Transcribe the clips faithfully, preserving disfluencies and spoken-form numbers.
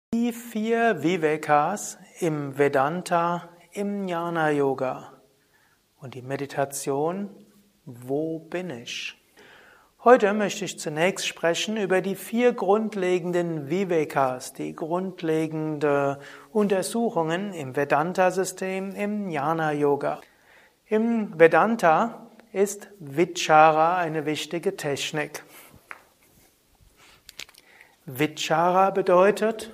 Die vier Vivekas im Vedanta, im Jnana Yoga und die Meditation, wo bin ich? Heute möchte ich zunächst sprechen über die vier grundlegenden Vivekas, die grundlegenden Untersuchungen im Vedanta-System, im Jnana Yoga. Im Vedanta ist Vichara eine wichtige Technik. Vichara bedeutet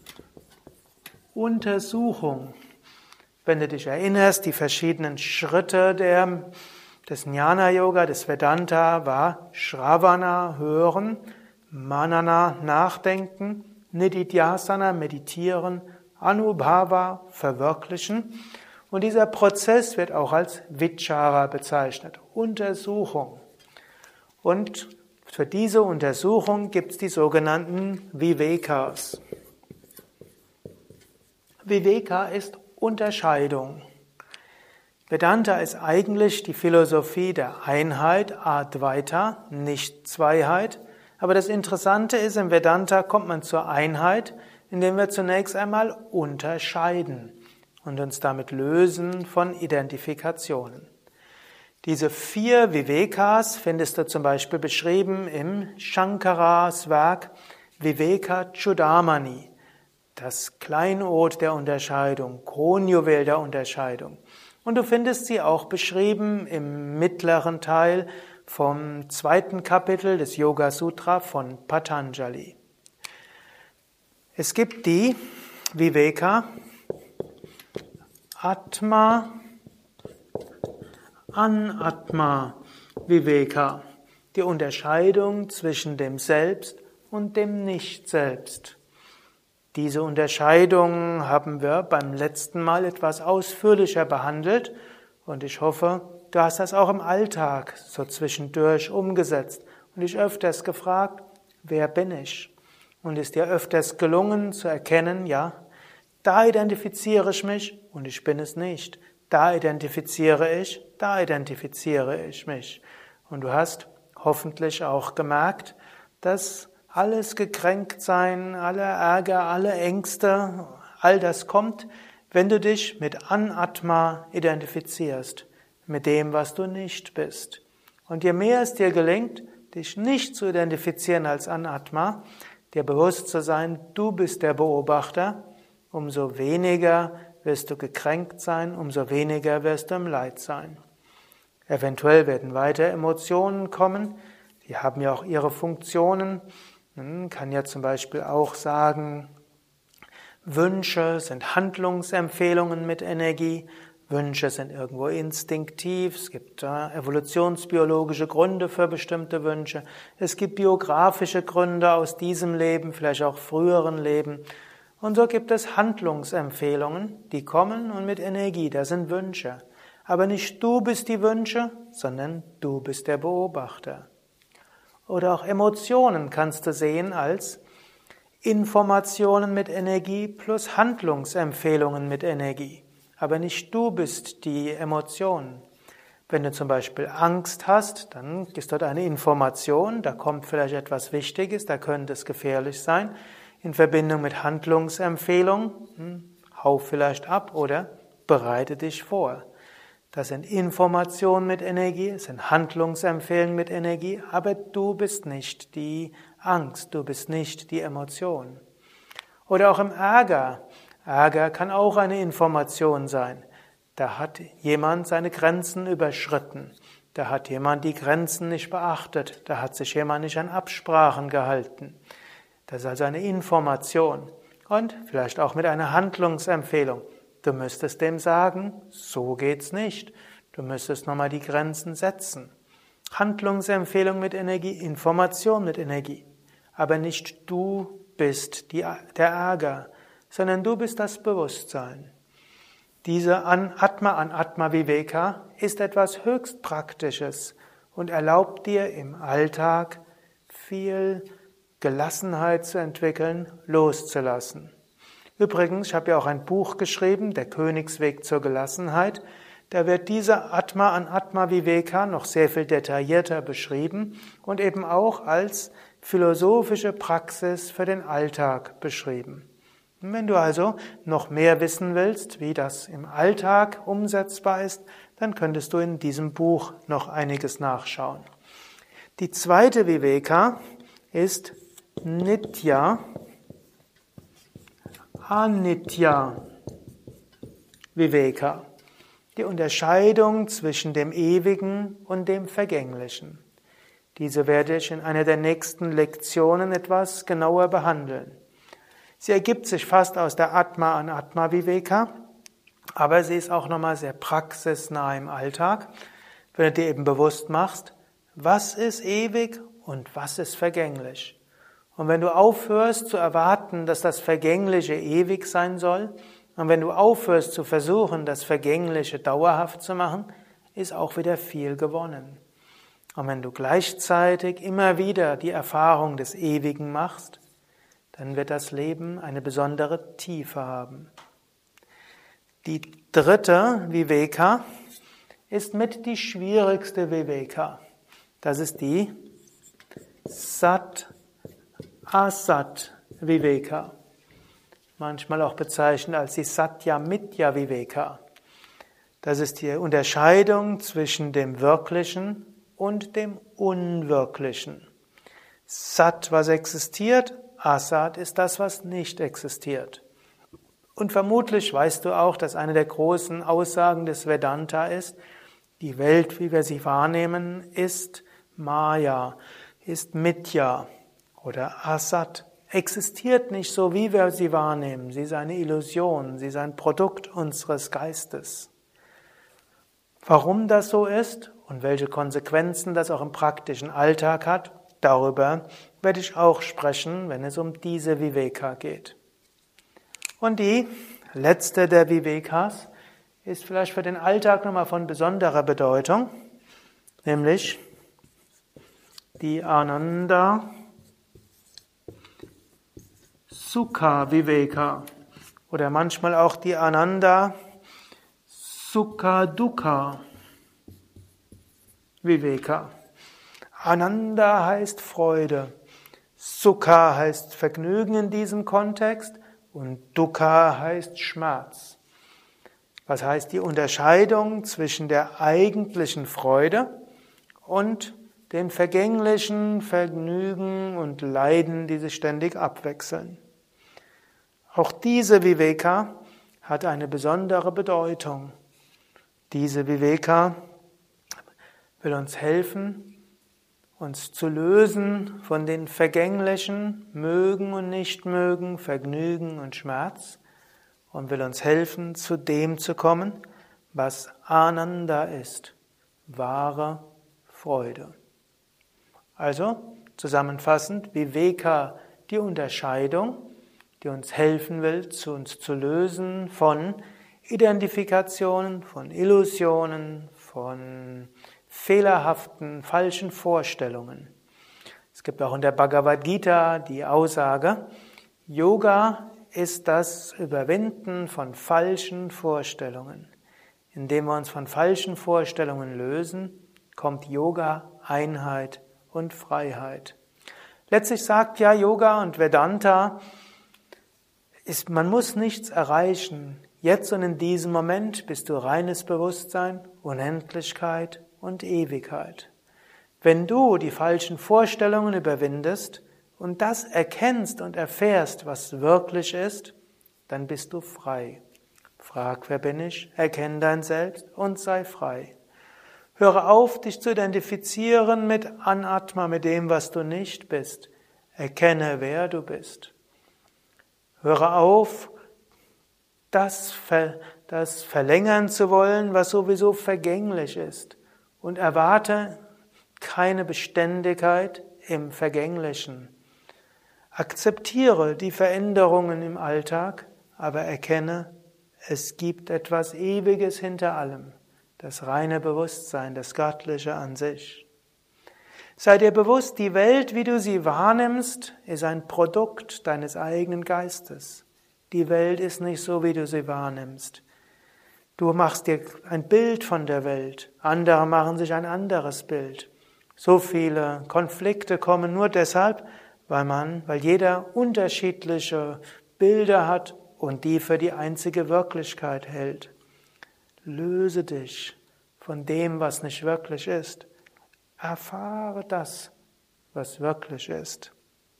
Untersuchung. Wenn du dich erinnerst, die verschiedenen Schritte der, des Jnana-Yoga, des Vedanta war Shravana, hören, Manana, nachdenken, Nididhyasana, meditieren, Anubhava, verwirklichen. Und dieser Prozess wird auch als Vichara bezeichnet, Untersuchung. Und für diese Untersuchung gibt es die sogenannten Vivekas. Viveka ist Unterscheidung. Vedanta ist eigentlich die Philosophie der Einheit, Advaita, nicht Zweiheit. Aber das Interessante ist, im Vedanta kommt man zur Einheit, indem wir zunächst einmal unterscheiden und uns damit lösen von Identifikationen. Diese vier Vivekas findest du zum Beispiel beschrieben im Shankaras Werk Viveka-Chudamani, das Kleinod der Unterscheidung, Kronjuwel der Unterscheidung. Und du findest sie auch beschrieben im mittleren Teil vom zweiten Kapitel des Yoga Sutra von Patanjali. Es gibt die Viveka Atma, Anatma Viveka, die Unterscheidung zwischen dem Selbst und dem Nicht-Selbst. Diese Unterscheidung haben wir beim letzten Mal etwas ausführlicher behandelt und ich hoffe, du hast das auch im Alltag so zwischendurch umgesetzt und dich öfters gefragt, wer bin ich? Und ist dir öfters gelungen zu erkennen, ja, da identifiziere ich mich und ich bin es nicht. Da identifiziere ich, da identifiziere ich mich. Und du hast hoffentlich auch gemerkt, dass alles Gekränktsein, alle Ärger, alle Ängste, all das kommt, wenn du dich mit Anatma identifizierst, mit dem, was du nicht bist. Und je mehr es dir gelingt, dich nicht zu identifizieren als Anatma, dir bewusst zu sein, du bist der Beobachter, umso weniger wirst du gekränkt sein, umso weniger wirst du im Leid sein. Eventuell werden weiter Emotionen kommen, die haben ja auch ihre Funktionen. Man kann ja zum Beispiel auch sagen, Wünsche sind Handlungsempfehlungen mit Energie, Wünsche sind irgendwo instinktiv, es gibt äh, evolutionsbiologische Gründe für bestimmte Wünsche, es gibt biografische Gründe aus diesem Leben, vielleicht auch früheren Leben. Und so gibt es Handlungsempfehlungen, die kommen und mit Energie, das sind Wünsche. Aber nicht du bist die Wünsche, sondern du bist der Beobachter. Oder auch Emotionen kannst du sehen als Informationen mit Energie plus Handlungsempfehlungen mit Energie. Aber nicht du bist die Emotion. Wenn du zum Beispiel Angst hast, dann ist dort eine Information, da kommt vielleicht etwas Wichtiges, da könnte es gefährlich sein. In Verbindung mit Handlungsempfehlung, hm, hau vielleicht ab oder bereite dich vor. Das sind Informationen mit Energie, es sind Handlungsempfehlungen mit Energie, aber du bist nicht die Angst, du bist nicht die Emotion. Oder auch im Ärger. Ärger kann auch eine Information sein. Da hat jemand seine Grenzen überschritten. Da hat jemand die Grenzen nicht beachtet. Da hat sich jemand nicht an Absprachen gehalten. Das ist also eine Information und vielleicht auch mit einer Handlungsempfehlung. Du müsstest dem sagen, so geht's nicht. Du müsstest nochmal die Grenzen setzen. Handlungsempfehlung mit Energie, Information mit Energie. Aber nicht du bist die, der Ärger, sondern du bist das Bewusstsein. Diese Atma an Atma Viveka ist etwas höchst Praktisches und erlaubt dir im Alltag viel Gelassenheit zu entwickeln, loszulassen. Übrigens, ich habe ja auch ein Buch geschrieben, Der Königsweg zur Gelassenheit. Da wird diese Atma an Atma Viveka noch sehr viel detaillierter beschrieben und eben auch als philosophische Praxis für den Alltag beschrieben. Wenn du also noch mehr wissen willst, wie das im Alltag umsetzbar ist, dann könntest du in diesem Buch noch einiges nachschauen. Die zweite Viveka ist Nitya, Anitya Viveka. Die Unterscheidung zwischen dem Ewigen und dem Vergänglichen. Diese werde ich in einer der nächsten Lektionen etwas genauer behandeln. Sie ergibt sich fast aus der Atma an Atma Viveka, aber sie ist auch nochmal sehr praxisnah im Alltag, wenn du dir eben bewusst machst, was ist ewig und was ist vergänglich. Und wenn du aufhörst zu erwarten, dass das Vergängliche ewig sein soll, und wenn du aufhörst zu versuchen, das Vergängliche dauerhaft zu machen, ist auch wieder viel gewonnen. Und wenn du gleichzeitig immer wieder die Erfahrung des Ewigen machst, dann wird das Leben eine besondere Tiefe haben. Die dritte Viveka ist mit die schwierigste Viveka. Das ist die Sat-Asat Viveka. Manchmal auch bezeichnet als die Satya-Mitya Viveka. Das ist die Unterscheidung zwischen dem Wirklichen und dem Unwirklichen. Sat, was existiert, Asat ist das, was nicht existiert. Und vermutlich weißt du auch, dass eine der großen Aussagen des Vedanta ist, die Welt, wie wir sie wahrnehmen, ist Maya, ist Mithya oder Asat. Existiert nicht so, wie wir sie wahrnehmen. Sie ist eine Illusion, sie ist ein Produkt unseres Geistes. Warum das so ist und welche Konsequenzen das auch im praktischen Alltag hat, darüber werde ich auch sprechen, wenn es um diese Viveka geht. Und die letzte der Vivekas ist vielleicht für den Alltag nochmal von besonderer Bedeutung, nämlich die Ananda Sukha Viveka oder manchmal auch die Ananda Sukha Dukkha Viveka. Ananda heißt Freude, Sukha heißt Vergnügen in diesem Kontext und Dukkha heißt Schmerz. Was heißt die Unterscheidung zwischen der eigentlichen Freude und dem vergänglichen Vergnügen und Leiden, die sich ständig abwechseln. Auch diese Viveka hat eine besondere Bedeutung. Diese Viveka will uns helfen, uns zu lösen von den vergänglichen Mögen und Nichtmögen, Vergnügen und Schmerz und will uns helfen, zu dem zu kommen, was Ananda ist, wahre Freude. Also, zusammenfassend, Viveka, die Unterscheidung, die uns helfen will, zu uns zu lösen von Identifikationen, von Illusionen, von fehlerhaften, falschen Vorstellungen. Es gibt auch in der Bhagavad Gita die Aussage, Yoga ist das Überwinden von falschen Vorstellungen. Indem wir uns von falschen Vorstellungen lösen, kommt Yoga, Einheit und Freiheit. Letztlich sagt ja Yoga und Vedanta, ist, man muss nichts erreichen. Jetzt und in diesem Moment bist du reines Bewusstsein, Unendlichkeit und Ewigkeit. Wenn du die falschen Vorstellungen überwindest und das erkennst und erfährst, was wirklich ist, dann bist du frei. Frag, wer bin ich? Erkenn dein Selbst und sei frei. Höre auf, dich zu identifizieren mit Anatma, mit dem, was du nicht bist. Erkenne, wer du bist. Höre auf, das, ver, das verlängern zu wollen, was sowieso vergänglich ist. Und erwarte keine Beständigkeit im Vergänglichen. Akzeptiere die Veränderungen im Alltag, aber erkenne, es gibt etwas Ewiges hinter allem. Das reine Bewusstsein, das Göttliche an sich. Sei dir bewusst, die Welt, wie du sie wahrnimmst, ist ein Produkt deines eigenen Geistes. Die Welt ist nicht so, wie du sie wahrnimmst. Du machst dir ein Bild von der Welt, andere machen sich ein anderes Bild. So viele Konflikte kommen nur deshalb, weil man, weil jeder unterschiedliche Bilder hat und die für die einzige Wirklichkeit hält. Löse dich von dem, was nicht wirklich ist. Erfahre das, was wirklich ist.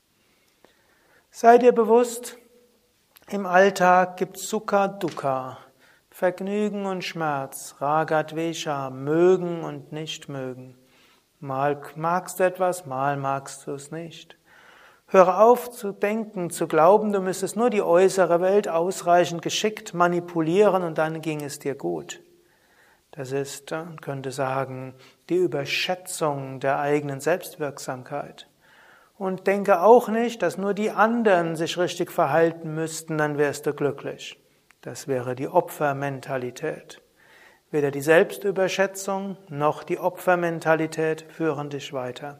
Sei dir bewusst, im Alltag gibt es Sukha, Dukkha, Vergnügen und Schmerz, Raga, Dvesha, mögen und nicht mögen. Mal magst du etwas, mal magst du es nicht. Höre auf zu denken, zu glauben, du müsstest nur die äußere Welt ausreichend geschickt manipulieren und dann ging es dir gut. Das ist, man könnte sagen, die Überschätzung der eigenen Selbstwirksamkeit. Und denke auch nicht, dass nur die anderen sich richtig verhalten müssten, dann wärst du glücklich. Das wäre die Opfermentalität. Weder die Selbstüberschätzung noch die Opfermentalität führen dich weiter.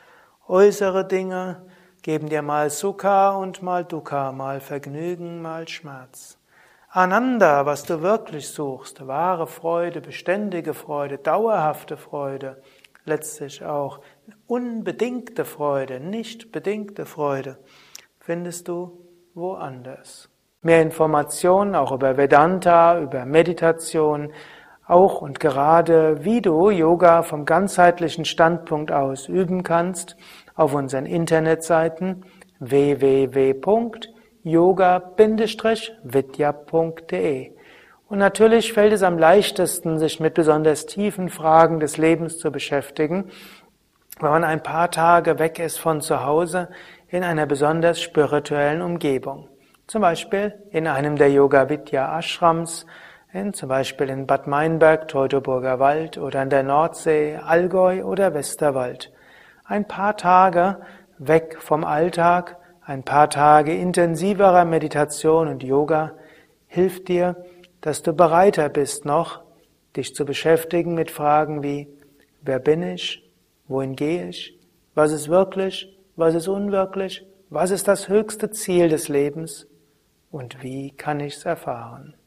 Äußere Dinge geben dir mal Sukha und mal Dukkha, mal Vergnügen, mal Schmerz. Ananda, was du wirklich suchst, wahre Freude, beständige Freude, dauerhafte Freude, letztlich auch unbedingte Freude, nicht bedingte Freude, findest du woanders. Mehr Informationen auch über Vedanta, über Meditation, auch und gerade wie du Yoga vom ganzheitlichen Standpunkt aus üben kannst, auf unseren Internetseiten w w w punkt yoga Bindestrich vidya punkt de. Und natürlich fällt es am leichtesten, sich mit besonders tiefen Fragen des Lebens zu beschäftigen, wenn man ein paar Tage weg ist von zu Hause in einer besonders spirituellen Umgebung. Zum Beispiel in einem der Yoga Vidya Ashrams, in, zum Beispiel in Bad Meinberg, Teutoburger Wald oder an der Nordsee, Allgäu oder Westerwald. Ein paar Tage weg vom Alltag, ein paar Tage intensiverer Meditation und Yoga hilft dir, dass du bereiter bist noch, dich zu beschäftigen mit Fragen wie, wer bin ich, wohin gehe ich, was ist wirklich, was ist unwirklich, was ist das höchste Ziel des Lebens und wie kann ich es erfahren.